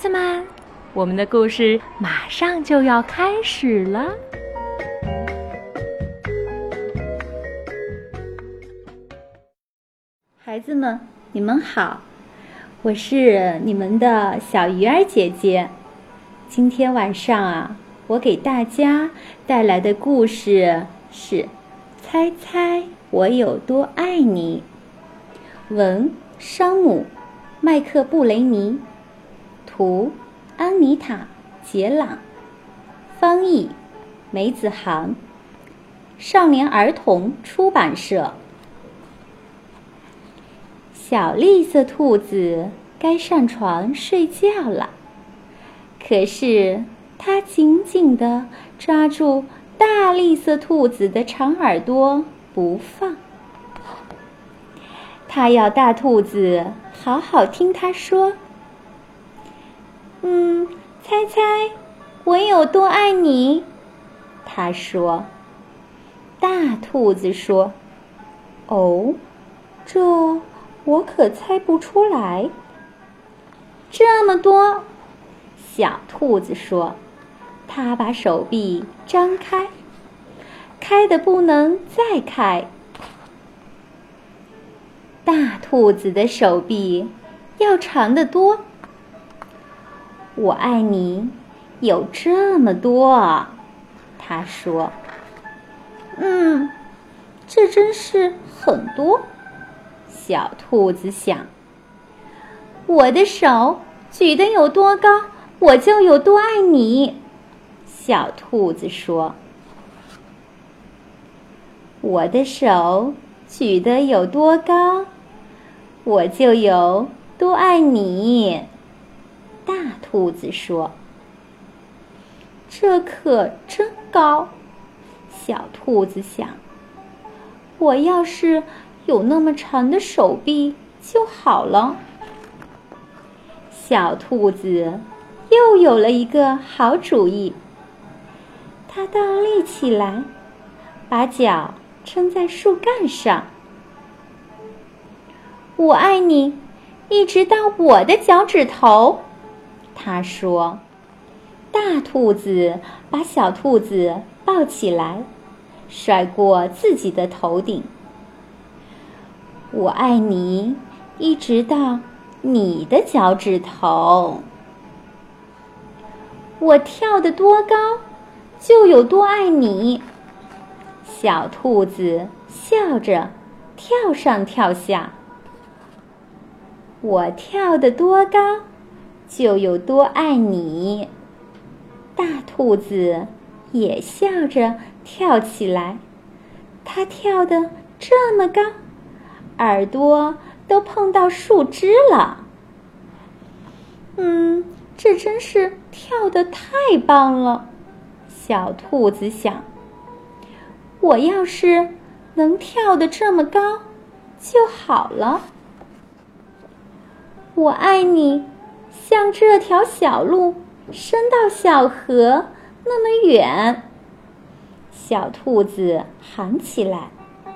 子们，我们的故事马上就要开始了。 孩子们，你们好，我是你们的小鱼儿姐姐。今天晚上我给大家带来的故事是《猜猜我有多爱你》。文：山姆·麦克布雷尼，图：安妮塔·杰朗，翻译：梅子涵，少年儿童出版社。小绿色兔子该上床睡觉了，可是它紧紧地抓住大绿色兔子的长耳朵不放。它要大兔子好好听它说：猜猜我有多爱你？它说。大兔子说：哦，这我可猜不出来。这么多，小兔子说。它把手臂张开，开得不能再开。大兔子的手臂要长得多。我爱你有这么多，它说。这真是很多。小兔子想，我的手举得有多高，我就有多爱你。小兔子说。我的手举得有多高，我就有多爱你。大兔子说。这可真高。小兔子想，我要是有那么长的手臂就好了。小兔子又有了一个好主意。它倒立起来，把脚撑在树干上。我爱你，一直到我的脚趾头，它说。大兔子把小兔子抱起来，甩过自己的头顶。我爱你，一直到你的脚趾头。我跳得多高，就有多爱你。小兔子笑着跳上跳下。我跳得多高，就有多爱你。大兔子也笑着跳起来，它跳得这么高，耳朵都碰到树枝了。这真是跳得太棒了。小兔子想，我要是能跳得这么高就好了。我爱你，像这条小路伸到小河那么远。小兔子喊起来。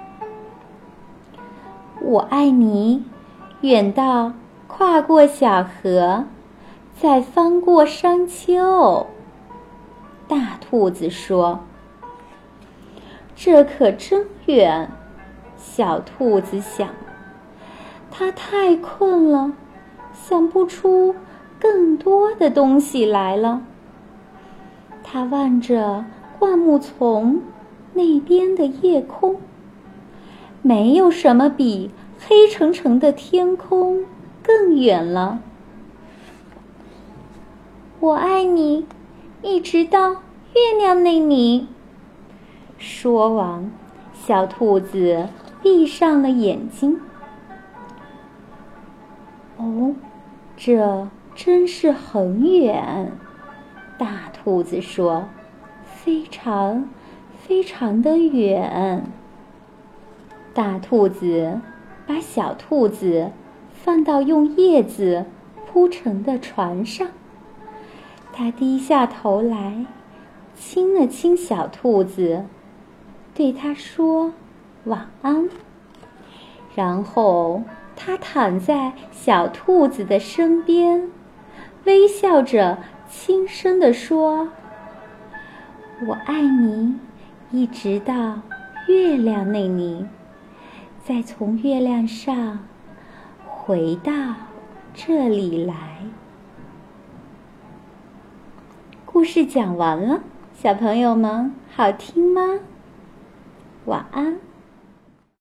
我爱你，远到跨过小河，再翻过山丘。大兔子说。这可真远。小兔子想，它太困了，想不出更多的东西来了。它望着灌木丛那边的夜空，没有什么比黑沉沉的天空更远了。我爱你，一直到月亮那里。说完，小兔子闭上了眼睛。哦，这真是很远。大兔子说，非常非常的远。大兔子把小兔子放到用叶子铺成的床上，它低下头来亲了亲小兔子，对它说晚安。然后它躺在小兔子的身边， 微笑着轻声地说：“我爱你，一直到月亮那里，再从月亮上回到这里来。”故事讲完了，小朋友们好听吗？晚安。